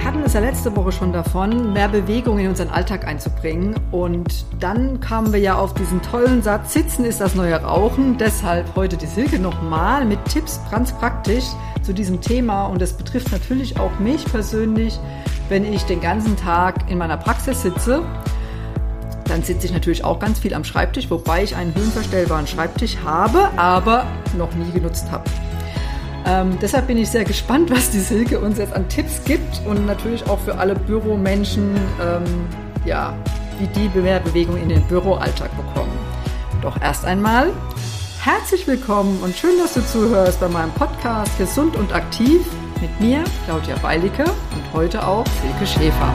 hatten es ja letzte Woche schon davon, mehr Bewegung in unseren Alltag einzubringen. Und dann kamen wir ja auf diesen tollen Satz, Sitzen ist das neue Rauchen. Deshalb heute die Silke nochmal mit Tipps ganz praktisch zu diesem Thema. Und das betrifft natürlich auch mich persönlich, wenn ich den ganzen Tag in meiner Praxis sitze. Dann sitze ich natürlich auch ganz viel am Schreibtisch, wobei ich einen höhenverstellbaren Schreibtisch habe, aber noch nie genutzt habe. Deshalb bin ich sehr gespannt, was die Silke uns jetzt an Tipps gibt und natürlich auch für alle Büromenschen, wie die mehr Bewegung in den Büroalltag bekommen. Doch erst einmal herzlich willkommen und schön, dass du zuhörst bei meinem Podcast Gesund und Aktiv mit mir, Claudia Weilicke, und heute auch Silke Schäfer.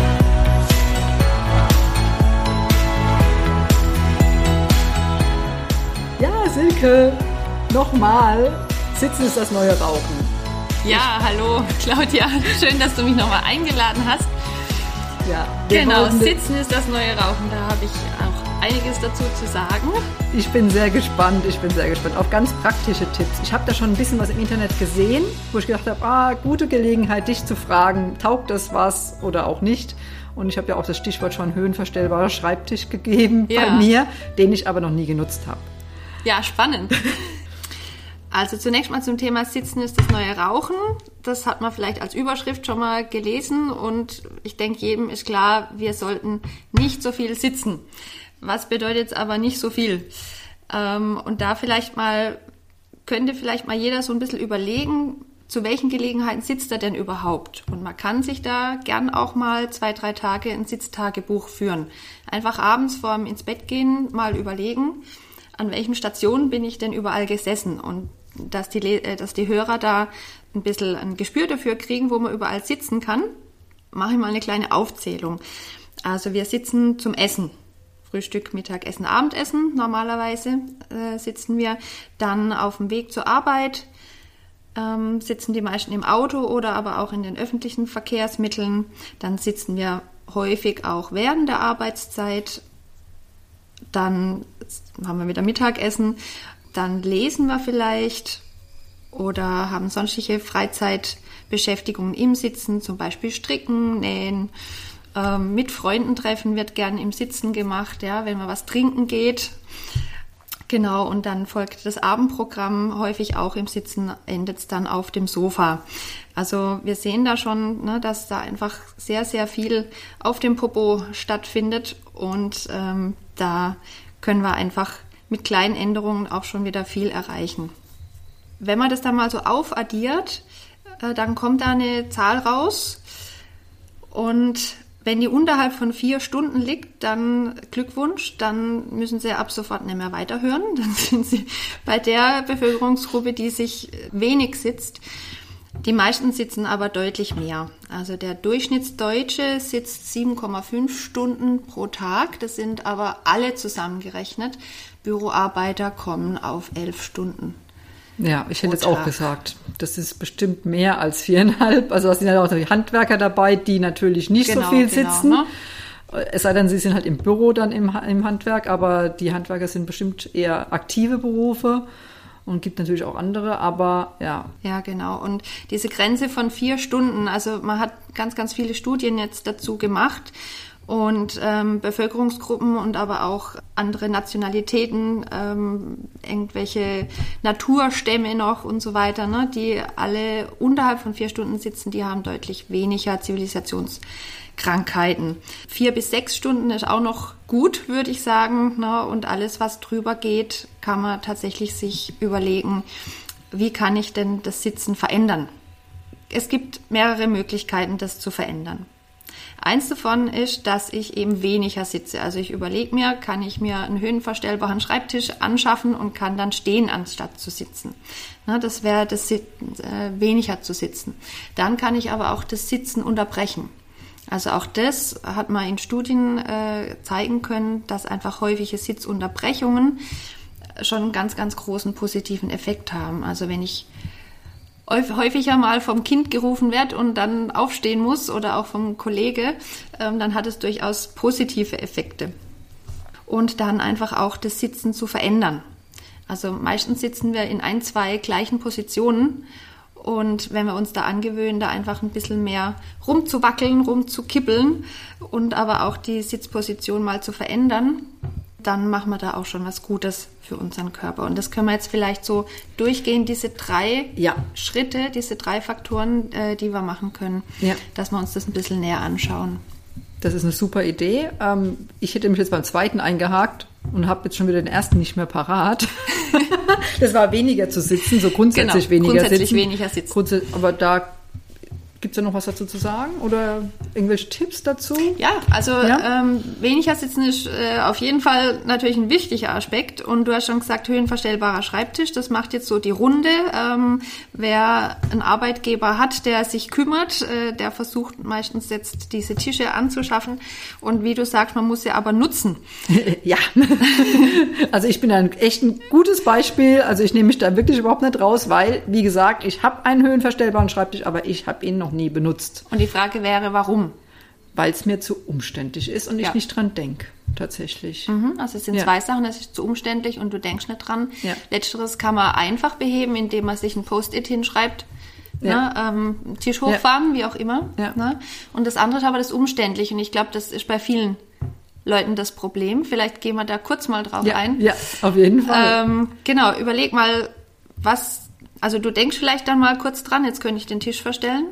Ja, Silke, nochmal. Sitzen ist das neue Rauchen. Ja, hallo Claudia, schön, dass du mich nochmal eingeladen hast. Ja, genau, Sitzen ist das neue Rauchen, da habe ich auch einiges dazu zu sagen. Ich bin sehr gespannt auf ganz praktische Tipps. Ich habe da schon ein bisschen was im Internet gesehen, wo ich gedacht habe, gute Gelegenheit, dich zu fragen, taugt das was oder auch nicht? Und ich habe ja auch das Stichwort schon höhenverstellbarer Schreibtisch gegeben bei mir, den ich aber noch nie genutzt habe. Ja, spannend. Also zunächst mal zum Thema Sitzen ist das neue Rauchen. Das hat man vielleicht als Überschrift schon mal gelesen und ich denke, jedem ist klar, wir sollten nicht so viel sitzen. Was bedeutet jetzt aber nicht so viel? Und da könnte vielleicht mal jeder so ein bisschen überlegen, zu welchen Gelegenheiten sitzt er denn überhaupt? Und man kann sich da gern auch mal 2-3 Tage ein Sitztagebuch führen. Einfach abends vorm ins Bett gehen mal überlegen, an welchen Stationen bin ich denn überall gesessen und dass die Hörer da ein bisschen ein Gespür dafür kriegen, wo man überall sitzen kann, mache ich mal eine kleine Aufzählung. Also wir sitzen zum Essen. Frühstück, Mittagessen, Abendessen normalerweise sitzen wir. Dann auf dem Weg zur Arbeit sitzen die meisten im Auto oder aber auch in den öffentlichen Verkehrsmitteln. Dann sitzen wir häufig auch während der Arbeitszeit. Dann haben wir wieder Mittagessen, dann lesen wir vielleicht oder haben sonstige Freizeitbeschäftigungen im Sitzen, zum Beispiel Stricken, Nähen. Mit Freunden treffen wird gern im Sitzen gemacht, ja, wenn man was trinken geht. Genau, und dann folgt das Abendprogramm, häufig auch im Sitzen, endet es dann auf dem Sofa. Also wir sehen da schon, dass da einfach sehr, sehr viel auf dem Popo stattfindet und da können wir einfach mit kleinen Änderungen auch schon wieder viel erreichen. Wenn man das dann mal so aufaddiert, dann kommt da eine Zahl raus und wenn die unterhalb von 4 Stunden liegt, dann Glückwunsch, dann müssen Sie ab sofort nicht mehr weiterhören. Dann sind Sie bei der Bevölkerungsgruppe, die sich wenig sitzt. Die meisten sitzen aber deutlich mehr. Also der Durchschnittsdeutsche sitzt 7,5 Stunden pro Tag. Das sind aber alle zusammengerechnet. Büroarbeiter kommen auf 11 Stunden. Ja, ich hätte jetzt auch gesagt, das ist bestimmt mehr als 4,5. Also da sind ja auch die Handwerker dabei, die natürlich nicht so viel sitzen. Ne? Es sei denn, sie sind halt im Büro dann im Handwerk, aber die Handwerker sind bestimmt eher aktive Berufe. Und gibt natürlich auch andere, aber ja. Ja, genau. Und diese Grenze von 4 Stunden, also man hat ganz, ganz viele Studien jetzt dazu gemacht und Bevölkerungsgruppen und aber auch andere Nationalitäten, irgendwelche Naturstämme noch und so weiter, die alle unterhalb von 4 Stunden sitzen, die haben deutlich weniger Zivilisationskrankheiten. 4 bis 6 Stunden ist auch noch gut, würde ich sagen. Und alles, was drüber geht, kann man tatsächlich sich überlegen, wie kann ich denn das Sitzen verändern? Es gibt mehrere Möglichkeiten, das zu verändern. Eins davon ist, dass ich eben weniger sitze. Also ich überlege mir, kann ich mir einen höhenverstellbaren Schreibtisch anschaffen und kann dann stehen, anstatt zu sitzen. Das wäre das weniger zu sitzen. Dann kann ich aber auch das Sitzen unterbrechen. Also auch das hat man in Studien zeigen können, dass einfach häufige Sitzunterbrechungen schon einen ganz, ganz großen positiven Effekt haben. Also wenn ich häufiger mal vom Kind gerufen werde und dann aufstehen muss oder auch vom Kollege, dann hat es durchaus positive Effekte. Und dann einfach auch das Sitzen zu verändern. Also meistens sitzen wir in 1, 2 gleichen Positionen Und wenn wir uns da angewöhnen, da einfach ein bisschen mehr rumzuwackeln, rumzukippeln und aber auch die Sitzposition mal zu verändern, dann machen wir da auch schon was Gutes für unseren Körper. Und das können wir jetzt vielleicht so durchgehen, diese 3 Schritte, diese 3 Faktoren, die wir machen können, dass wir uns das ein bisschen näher anschauen. Das ist eine super Idee. Ich hätte mich jetzt beim 2. eingehakt und habe jetzt schon wieder den 1. nicht mehr parat. Das war weniger zu sitzen, so grundsätzlich weniger sitzen. Aber da gibt es ja noch was dazu zu sagen oder irgendwelche Tipps dazu? Ja, also weniger sitzen ist auf jeden Fall natürlich ein wichtiger Aspekt. Und du hast schon gesagt, höhenverstellbarer Schreibtisch, das macht jetzt so die Runde. Wer einen Arbeitgeber hat, der sich kümmert, der versucht meistens jetzt diese Tische anzuschaffen. Und wie du sagst, man muss sie aber nutzen. Ja, also ich bin echt ein gutes Beispiel. Also ich nehme mich da wirklich überhaupt nicht raus, weil, wie gesagt, ich habe einen höhenverstellbaren Schreibtisch, aber ich habe ihn noch nie benutzt. Und die Frage wäre, warum? Weil es mir zu umständlich ist und ich nicht dran denke, tatsächlich. Also es sind 2 Sachen, es ist zu umständlich und du denkst nicht dran. Ja. Letzteres kann man einfach beheben, indem man sich ein Post-it hinschreibt, Tisch hochfahren, wie auch immer. Ja. Ne? Und das andere ist aber das umständlich und ich glaube, das ist bei vielen Leuten das Problem. Vielleicht gehen wir da kurz mal drauf ein. Ja, auf jeden Fall. Genau, überleg mal, also du denkst vielleicht dann mal kurz dran, jetzt könnte ich den Tisch verstellen.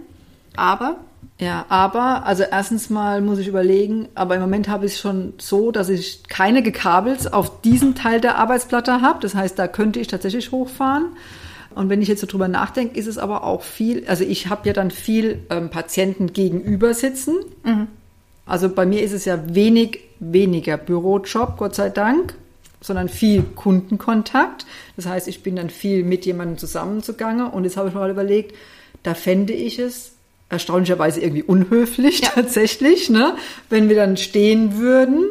Also erstens mal muss ich überlegen, aber im Moment habe ich es schon so, dass ich keine Gekabels auf diesem Teil der Arbeitsplatte habe. Das heißt, da könnte ich tatsächlich hochfahren. Und wenn ich jetzt so drüber nachdenke, ist es aber auch viel, also ich habe ja dann viel Patienten gegenüber sitzen. Also bei mir ist es ja weniger Bürojob, Gott sei Dank, sondern viel Kundenkontakt. Das heißt, ich bin dann viel mit jemandem zusammen zugange. Und jetzt habe ich mal überlegt, da fände ich es erstaunlicherweise irgendwie unhöflich tatsächlich, ne? Wenn wir dann stehen würden.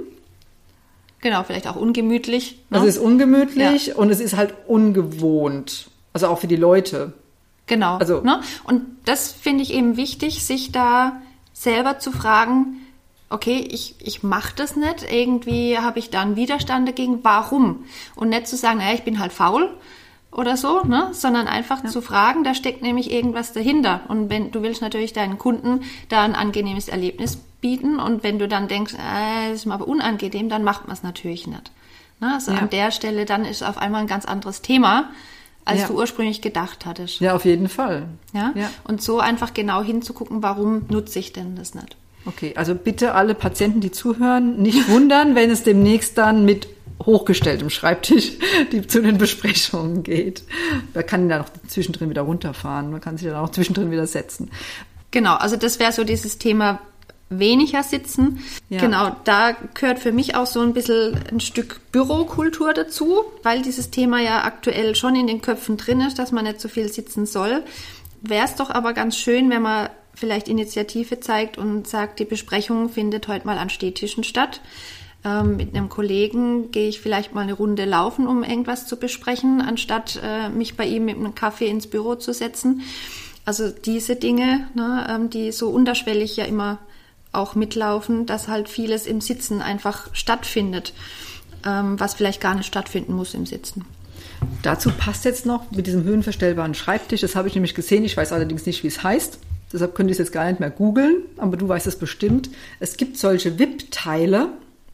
Genau, vielleicht auch ungemütlich. Ne? Also es ist ungemütlich und es ist halt ungewohnt. Also auch für die Leute. Genau. Also, ne? Und das finde ich eben wichtig, sich da selber zu fragen, okay, ich mache das nicht, irgendwie habe ich da einen Widerstand dagegen, warum? Und nicht zu sagen, naja, ich bin halt faul oder so, ne? Sondern einfach zu fragen, da steckt nämlich irgendwas dahinter. Und wenn du willst natürlich deinen Kunden da ein angenehmes Erlebnis bieten und wenn du dann denkst, das ist mir aber unangenehm, dann macht man es natürlich nicht. Ne? Also an der Stelle dann ist auf einmal ein ganz anderes Thema, als du ursprünglich gedacht hattest. Ja, auf jeden Fall. Ja? Und so einfach genau hinzugucken, warum nutze ich denn das nicht? Okay, also bitte alle Patienten, die zuhören, nicht wundern, wenn es demnächst dann mit hochgestelltem Schreibtisch zu den Besprechungen geht. Man kann dann auch zwischendrin wieder runterfahren, man kann sich dann auch zwischendrin wieder setzen. Genau, also das wäre so dieses Thema weniger sitzen. Ja. Genau, da gehört für mich auch so ein bisschen ein Stück Bürokultur dazu, weil dieses Thema ja aktuell schon in den Köpfen drin ist, dass man nicht so viel sitzen soll. Wäre es doch aber ganz schön, wenn man vielleicht Initiative zeigt und sagt, die Besprechung findet heute mal an Stehtischen statt. Mit einem Kollegen gehe ich vielleicht mal eine Runde laufen, um irgendwas zu besprechen, anstatt mich bei ihm mit einem Kaffee ins Büro zu setzen. Also diese Dinge, ne, die so unterschwellig ja immer auch mitlaufen, dass halt vieles im Sitzen einfach stattfindet, was vielleicht gar nicht stattfinden muss im Sitzen. Dazu passt jetzt noch mit diesem höhenverstellbaren Schreibtisch, das habe ich nämlich gesehen, ich weiß allerdings nicht, wie es heißt, deshalb könnte ich es jetzt gar nicht mehr googeln, aber du weißt es bestimmt. Es gibt solche Wippteile,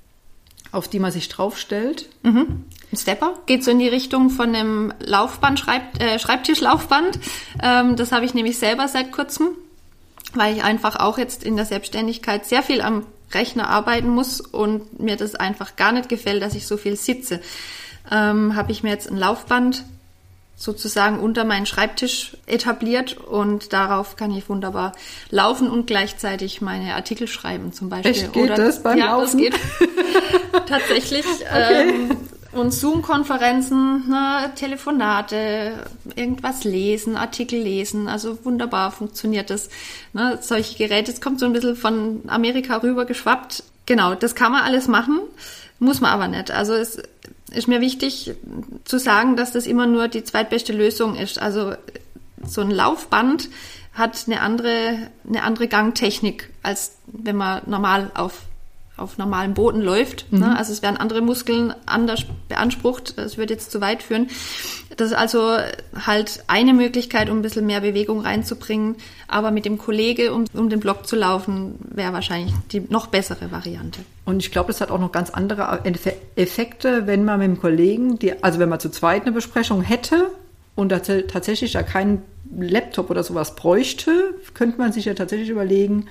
auf die man sich draufstellt. Ein Stepper geht so in die Richtung von einem Laufband, Schreibtischlaufband. Das habe ich nämlich selber seit kurzem, weil ich einfach auch jetzt in der Selbstständigkeit sehr viel am Rechner arbeiten muss und mir das einfach gar nicht gefällt, dass ich so viel sitze. Habe ich mir jetzt ein Laufband sozusagen unter meinen Schreibtisch etabliert und darauf kann ich wunderbar laufen und gleichzeitig meine Artikel schreiben zum Beispiel. Echt, geht das beim Laufen? Ja, das geht tatsächlich. Okay. Und Zoom-Konferenzen, ne, Telefonate, irgendwas lesen, Artikel lesen, also wunderbar funktioniert das. Ne, solche Geräte, es kommt so ein bisschen von Amerika rüber geschwappt. Genau, das kann man alles machen, muss man aber nicht. Also es ist mir wichtig zu sagen, dass das immer nur die zweitbeste Lösung ist. Also so ein Laufband hat eine andere Gangtechnik, als wenn man normal auf auf normalem Boden läuft. Ne? Also es werden andere Muskeln anders beansprucht. Das würde jetzt zu weit führen. Das ist also halt eine Möglichkeit, um ein bisschen mehr Bewegung reinzubringen. Aber mit dem Kollege, um den Block zu laufen, wäre wahrscheinlich die noch bessere Variante. Und ich glaube, das hat auch noch ganz andere Effekte, wenn man mit dem Kollegen, also wenn man zu zweit eine Besprechung hätte und tatsächlich da keinen Laptop oder sowas bräuchte, könnte man sich ja tatsächlich überlegen,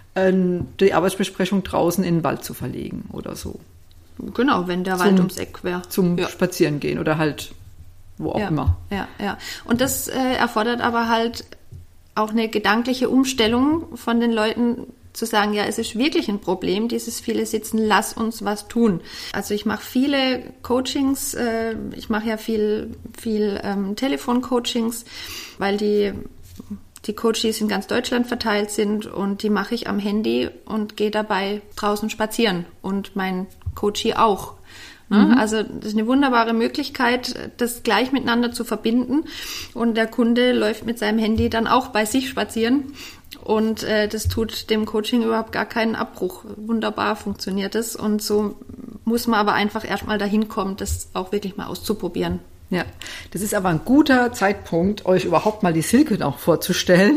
die Arbeitsbesprechung draußen in den Wald zu verlegen oder so. Genau, wenn der Wald ums Eck wäre. Zum Spazieren gehen oder halt wo auch immer. Ja. Und das erfordert aber halt auch eine gedankliche Umstellung von den Leuten, zu sagen, ja, es ist wirklich ein Problem, dieses viele Sitzen, lass uns was tun. Also ich mache viele Coachings, ich mache ja viel Telefoncoachings, weil die Coaches in ganz Deutschland verteilt sind und die mache ich am Handy und gehe dabei draußen spazieren und mein Coachie auch. Also das ist eine wunderbare Möglichkeit, das gleich miteinander zu verbinden und der Kunde läuft mit seinem Handy dann auch bei sich spazieren und das tut dem Coaching überhaupt gar keinen Abbruch. Wunderbar funktioniert es und so muss man aber einfach erstmal dahin kommen, das auch wirklich mal auszuprobieren. Ja, das ist aber ein guter Zeitpunkt, euch überhaupt mal die Silke noch vorzustellen.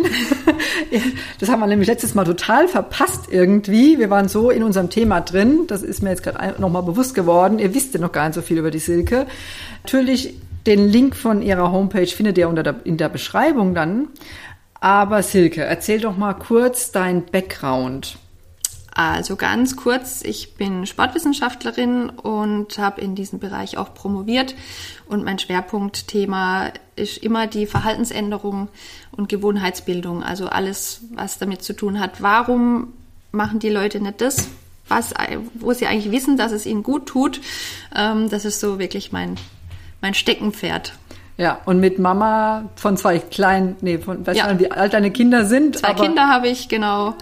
Das haben wir nämlich letztes Mal total verpasst irgendwie. Wir waren so in unserem Thema drin. Das ist mir jetzt gerade nochmal bewusst geworden. Ihr wisst ja noch gar nicht so viel über die Silke. Natürlich, den Link von ihrer Homepage findet ihr in der Beschreibung dann. Aber Silke, erzähl doch mal kurz dein Background. Also ganz kurz, ich bin Sportwissenschaftlerin und habe in diesem Bereich auch promoviert und mein Schwerpunktthema ist immer die Verhaltensänderung und Gewohnheitsbildung, also alles, was damit zu tun hat. Warum machen die Leute nicht das, wo sie eigentlich wissen, dass es ihnen gut tut? Das ist so wirklich mein Steckenpferd. Ja, und mit Mama von zwei kleinen, weiß nicht, wie alt deine Kinder sind. Zwei Kinder habe ich, genau.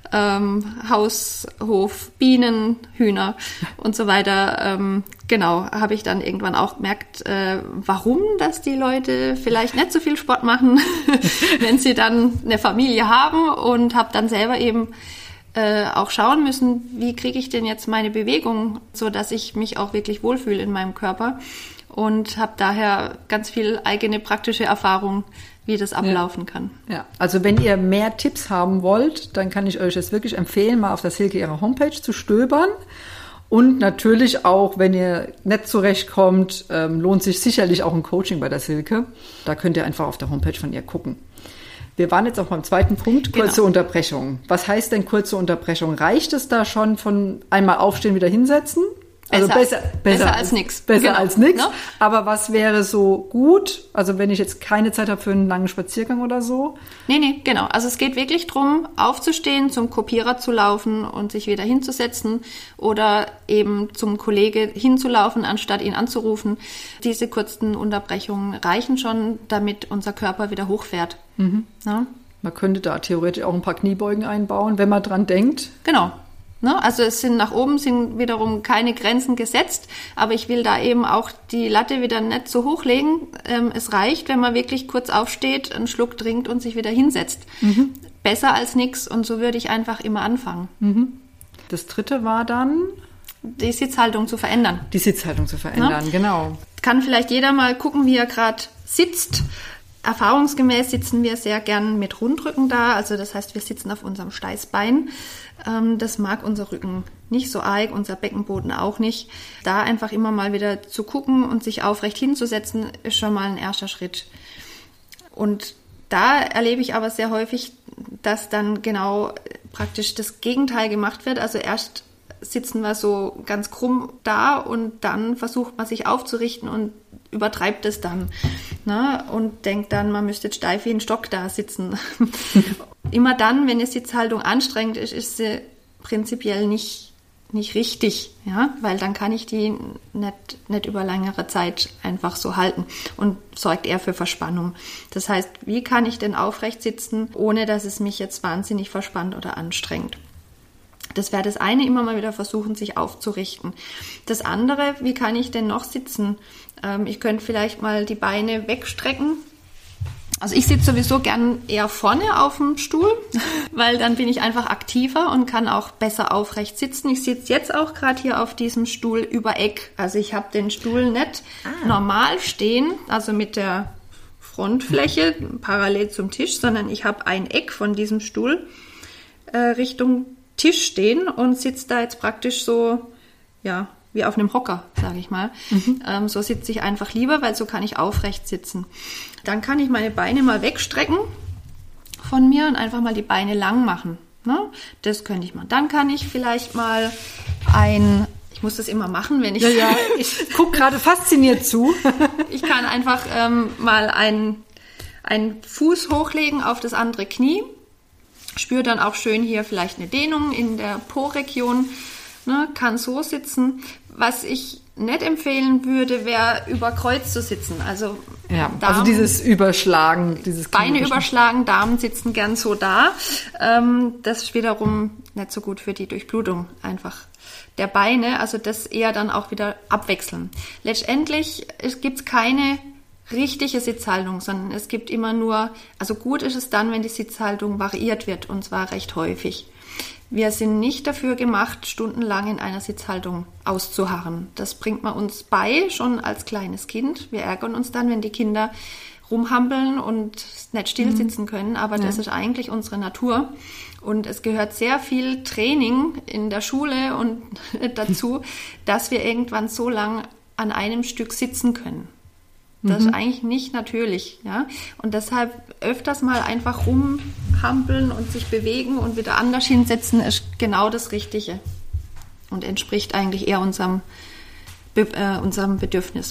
Haus, Hof, Bienen, Hühner und so weiter. Genau, habe ich dann irgendwann auch gemerkt, warum, dass die Leute vielleicht nicht so viel Sport machen, wenn sie dann eine Familie haben und habe dann selber eben auch schauen müssen, wie kriege ich denn jetzt meine Bewegung, so dass ich mich auch wirklich wohlfühle in meinem Körper und habe daher ganz viel eigene praktische Erfahrung, wie das ablaufen kann. Ja, also wenn ihr mehr Tipps haben wollt, dann kann ich euch das wirklich empfehlen, mal auf der Silke ihrer Homepage zu stöbern. Und natürlich auch, wenn ihr nicht zurechtkommt, lohnt sich sicherlich auch ein Coaching bei der Silke. Da könnt ihr einfach auf der Homepage von ihr gucken. Wir waren jetzt auch beim zweiten Punkt, kurze Unterbrechung. Was heißt denn kurze Unterbrechung? Reicht es da schon von einmal aufstehen, wieder hinsetzen? Also besser als nichts. Besser als nichts. No? Aber was wäre so gut? Also wenn ich jetzt keine Zeit habe für einen langen Spaziergang oder so? Nee, genau. Also es geht wirklich drum, aufzustehen, zum Kopierer zu laufen und sich wieder hinzusetzen oder eben zum Kollege hinzulaufen, anstatt ihn anzurufen. Diese kurzen Unterbrechungen reichen schon, damit unser Körper wieder hochfährt. Mhm. Ja? Man könnte da theoretisch auch ein paar Kniebeugen einbauen, wenn man dran denkt. Genau. Also es sind nach oben sind wiederum keine Grenzen gesetzt, aber ich will da eben auch die Latte wieder nicht so hochlegen. Es reicht, wenn man wirklich kurz aufsteht, einen Schluck trinkt und sich wieder hinsetzt. Mhm. Besser als nichts und so würde ich einfach immer anfangen. Mhm. Das dritte war dann? Die Sitzhaltung zu verändern. Die Sitzhaltung zu verändern, genau. Kann vielleicht jeder mal gucken, wie er gerade sitzt. Erfahrungsgemäß sitzen wir sehr gern mit Rundrücken da, also das heißt, wir sitzen auf unserem Steißbein. Das mag unser Rücken nicht so arg, unser Beckenboden auch nicht. Da einfach immer mal wieder zu gucken und sich aufrecht hinzusetzen, ist schon mal ein erster Schritt. Und da erlebe ich aber sehr häufig, dass dann genau praktisch das Gegenteil gemacht wird. Also erst sitzen wir so ganz krumm da und dann versucht man sich aufzurichten und übertreibt es dann, ne? Und denkt dann, man müsste jetzt steif wie ein Stock da sitzen. Immer dann, wenn die Sitzhaltung anstrengend ist, ist sie prinzipiell nicht richtig, ja, weil dann kann ich die nicht über längere Zeit einfach so halten und sorgt eher für Verspannung. Das heißt, wie kann ich denn aufrecht sitzen, ohne dass es mich jetzt wahnsinnig verspannt oder anstrengt? Das wäre das eine, immer mal wieder versuchen, sich aufzurichten. Das andere, wie kann ich denn noch sitzen? Ich könnte vielleicht mal die Beine wegstrecken Also ich sitze sowieso gern eher vorne auf dem Stuhl, weil dann bin ich einfach aktiver und kann auch besser aufrecht sitzen. Ich sitze jetzt auch gerade hier auf diesem Stuhl über Eck. Also ich habe den Stuhl nicht normal stehen, also mit der Frontfläche parallel zum Tisch, sondern ich habe ein Eck von diesem Stuhl Richtung Tisch stehen und sitze da jetzt praktisch so, ja, wie auf einem Hocker, sage ich mal. So sitze ich einfach lieber, weil so kann ich aufrecht sitzen. Dann kann ich meine Beine mal wegstrecken von mir und einfach mal die Beine lang machen. Ne? Das könnte ich machen. Dann kann ich vielleicht mal ich muss das immer machen, wenn ich... Ja, ich gucke gerade fasziniert zu. Ich kann einfach mal einen Fuß hochlegen auf das andere Knie. Spüre dann auch schön hier vielleicht eine Dehnung in der Po-Region. Ne? Kann so sitzen. Was ich nicht empfehlen würde, wäre über Kreuz zu sitzen. Also, also dieses Überschlagen, dieses Beine überschlagen, Damen sitzen gern so da. Das ist wiederum nicht so gut für die Durchblutung einfach der Beine. Also das eher dann auch wieder abwechseln. Letztendlich gibt es keine richtige Sitzhaltung, sondern es gibt immer nur, also gut ist es dann, wenn die Sitzhaltung variiert wird und zwar recht häufig. Wir sind nicht dafür gemacht, stundenlang in einer Sitzhaltung auszuharren. Das bringt man uns bei, schon als kleines Kind. Wir ärgern uns dann, wenn die Kinder rumhampeln und nicht still sitzen können, aber das ist eigentlich unsere Natur. Und es gehört sehr viel Training in der Schule und dazu, dass wir irgendwann so lang an einem Stück sitzen können. Das ist eigentlich nicht natürlich, ja. Und deshalb öfters mal einfach rumhampeln und sich bewegen und wieder anders hinsetzen ist genau das Richtige und entspricht eigentlich eher unserem Bedürfnis.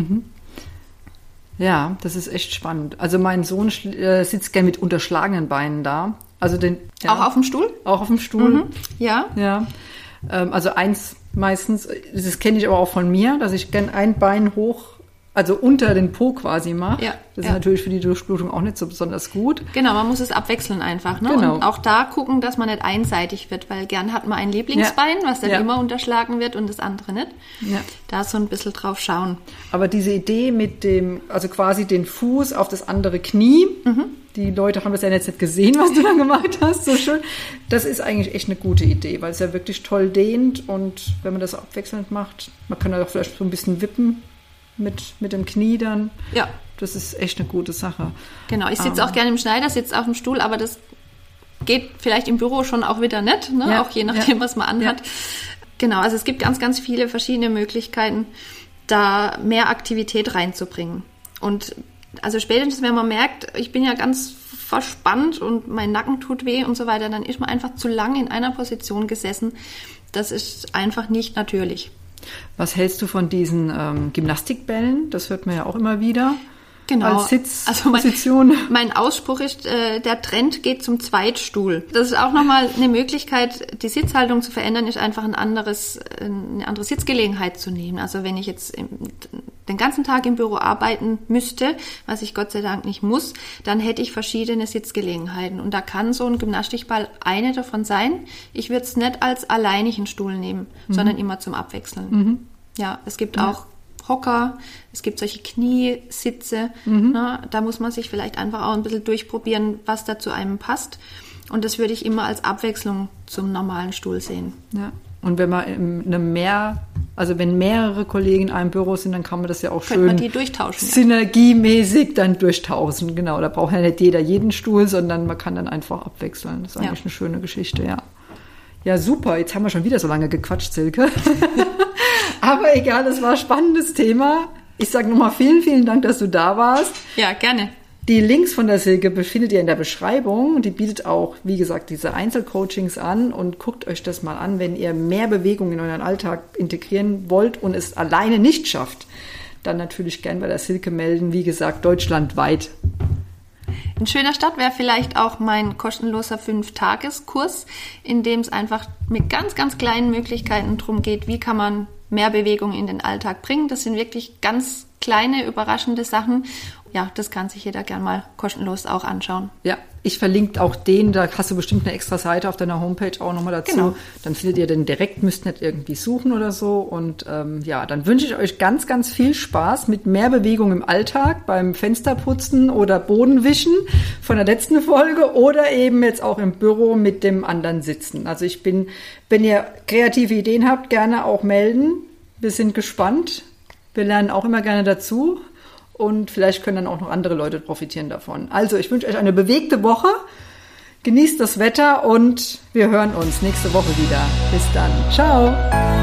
Ja, das ist echt spannend. Also mein Sohn sitzt gerne mit unterschlagenen Beinen da. Also auch auf dem Stuhl? Auch auf dem Stuhl. Ja. Ja. Also eins meistens, das kenne ich aber auch von mir, dass ich gerne ein Bein hoch, also unter den Po quasi mache. Ja, das ist natürlich für die Durchblutung auch nicht so besonders gut. Genau, man muss es abwechseln einfach. Ne? Genau. Und auch da gucken, dass man nicht einseitig wird, weil gern hat man ein Lieblingsbein, was dann immer unterschlagen wird und das andere nicht. Ja. Da so ein bisschen drauf schauen. Aber diese Idee mit also quasi den Fuß auf das andere Knie, die Leute haben das ja jetzt nicht gesehen, was du da gemacht hast, so schön. Das ist eigentlich echt eine gute Idee, weil es ja wirklich toll dehnt und wenn man das abwechselnd macht, man kann da auch vielleicht so ein bisschen wippen mit dem Knie dann. Ja. Das ist echt eine gute Sache. Genau, ich sitze auch gerne im Schneidersitz auf dem Stuhl, aber das geht vielleicht im Büro schon auch wieder nicht, ne? Ja, auch je nachdem, was man anhat. Ja. Genau, also es gibt ganz, ganz viele verschiedene Möglichkeiten, da mehr Aktivität reinzubringen. Und also spätestens, wenn man merkt, ich bin ja ganz verspannt und mein Nacken tut weh und so weiter, dann ist man einfach zu lange in einer Position gesessen. Das ist einfach nicht natürlich. Was hältst du von diesen Gymnastikbällen? Das hört man ja auch immer wieder. Genau. Als Sitzposition. Also mein Ausspruch ist, der Trend geht zum Zweitstuhl. Das ist auch nochmal eine Möglichkeit, die Sitzhaltung zu verändern, ist einfach eine andere Sitzgelegenheit zu nehmen. Also wenn ich jetzt den ganzen Tag im Büro arbeiten müsste, was ich Gott sei Dank nicht muss, dann hätte ich verschiedene Sitzgelegenheiten. Und da kann so ein Gymnastikball eine davon sein. Ich würde es nicht als alleinigen Stuhl nehmen, sondern immer zum Abwechseln. Ja, es gibt auch Hocker, es gibt solche Kniesitze, ne, da muss man sich vielleicht einfach auch ein bisschen durchprobieren, was da zu einem passt. Und das würde ich immer als Abwechslung zum normalen Stuhl sehen. Ja. Und wenn man wenn mehrere Kollegen in einem Büro sind, dann kann man das ja auch schön man die durchtauschen, synergiemäßig dann durchtauschen. Genau, da braucht ja nicht jeder jeden Stuhl, sondern man kann dann einfach abwechseln. Das ist eigentlich eine schöne Geschichte, ja. Ja, super. Jetzt haben wir schon wieder so lange gequatscht, Silke. Aber egal, das war ein spannendes Thema. Ich sage nochmal vielen, vielen Dank, dass du da warst. Ja, gerne. Die Links von der Silke befindet ihr in der Beschreibung. Die bietet auch, wie gesagt, diese Einzelcoachings an. Und guckt euch das mal an, wenn ihr mehr Bewegung in euren Alltag integrieren wollt und es alleine nicht schafft. Dann natürlich gern bei der Silke melden. Wie gesagt, deutschlandweit. Ein schöner Start wäre vielleicht auch mein kostenloser 5-Tages-Kurs, in dem es einfach mit ganz, ganz kleinen Möglichkeiten darum geht, wie kann man mehr Bewegung in den Alltag bringen. Das sind wirklich ganz kleine, überraschende Sachen. Ja, das kann sich jeder gern mal kostenlos auch anschauen. Ja, Ich verlinke auch den, da hast du bestimmt eine extra Seite auf deiner Homepage auch nochmal dazu. Genau. Dann findet ihr den direkt, müsst nicht irgendwie suchen oder so. Und dann wünsche ich euch ganz, ganz viel Spaß mit mehr Bewegung im Alltag, beim Fensterputzen oder Bodenwischen von der letzten Folge oder eben jetzt auch im Büro mit dem anderen Sitzen. Also wenn ihr kreative Ideen habt, gerne auch melden. Wir sind gespannt. Wir lernen auch immer gerne dazu. Und vielleicht können dann auch noch andere Leute profitieren davon. Also ich wünsche euch eine bewegte Woche. Genießt das Wetter und wir hören uns nächste Woche wieder. Bis dann. Ciao.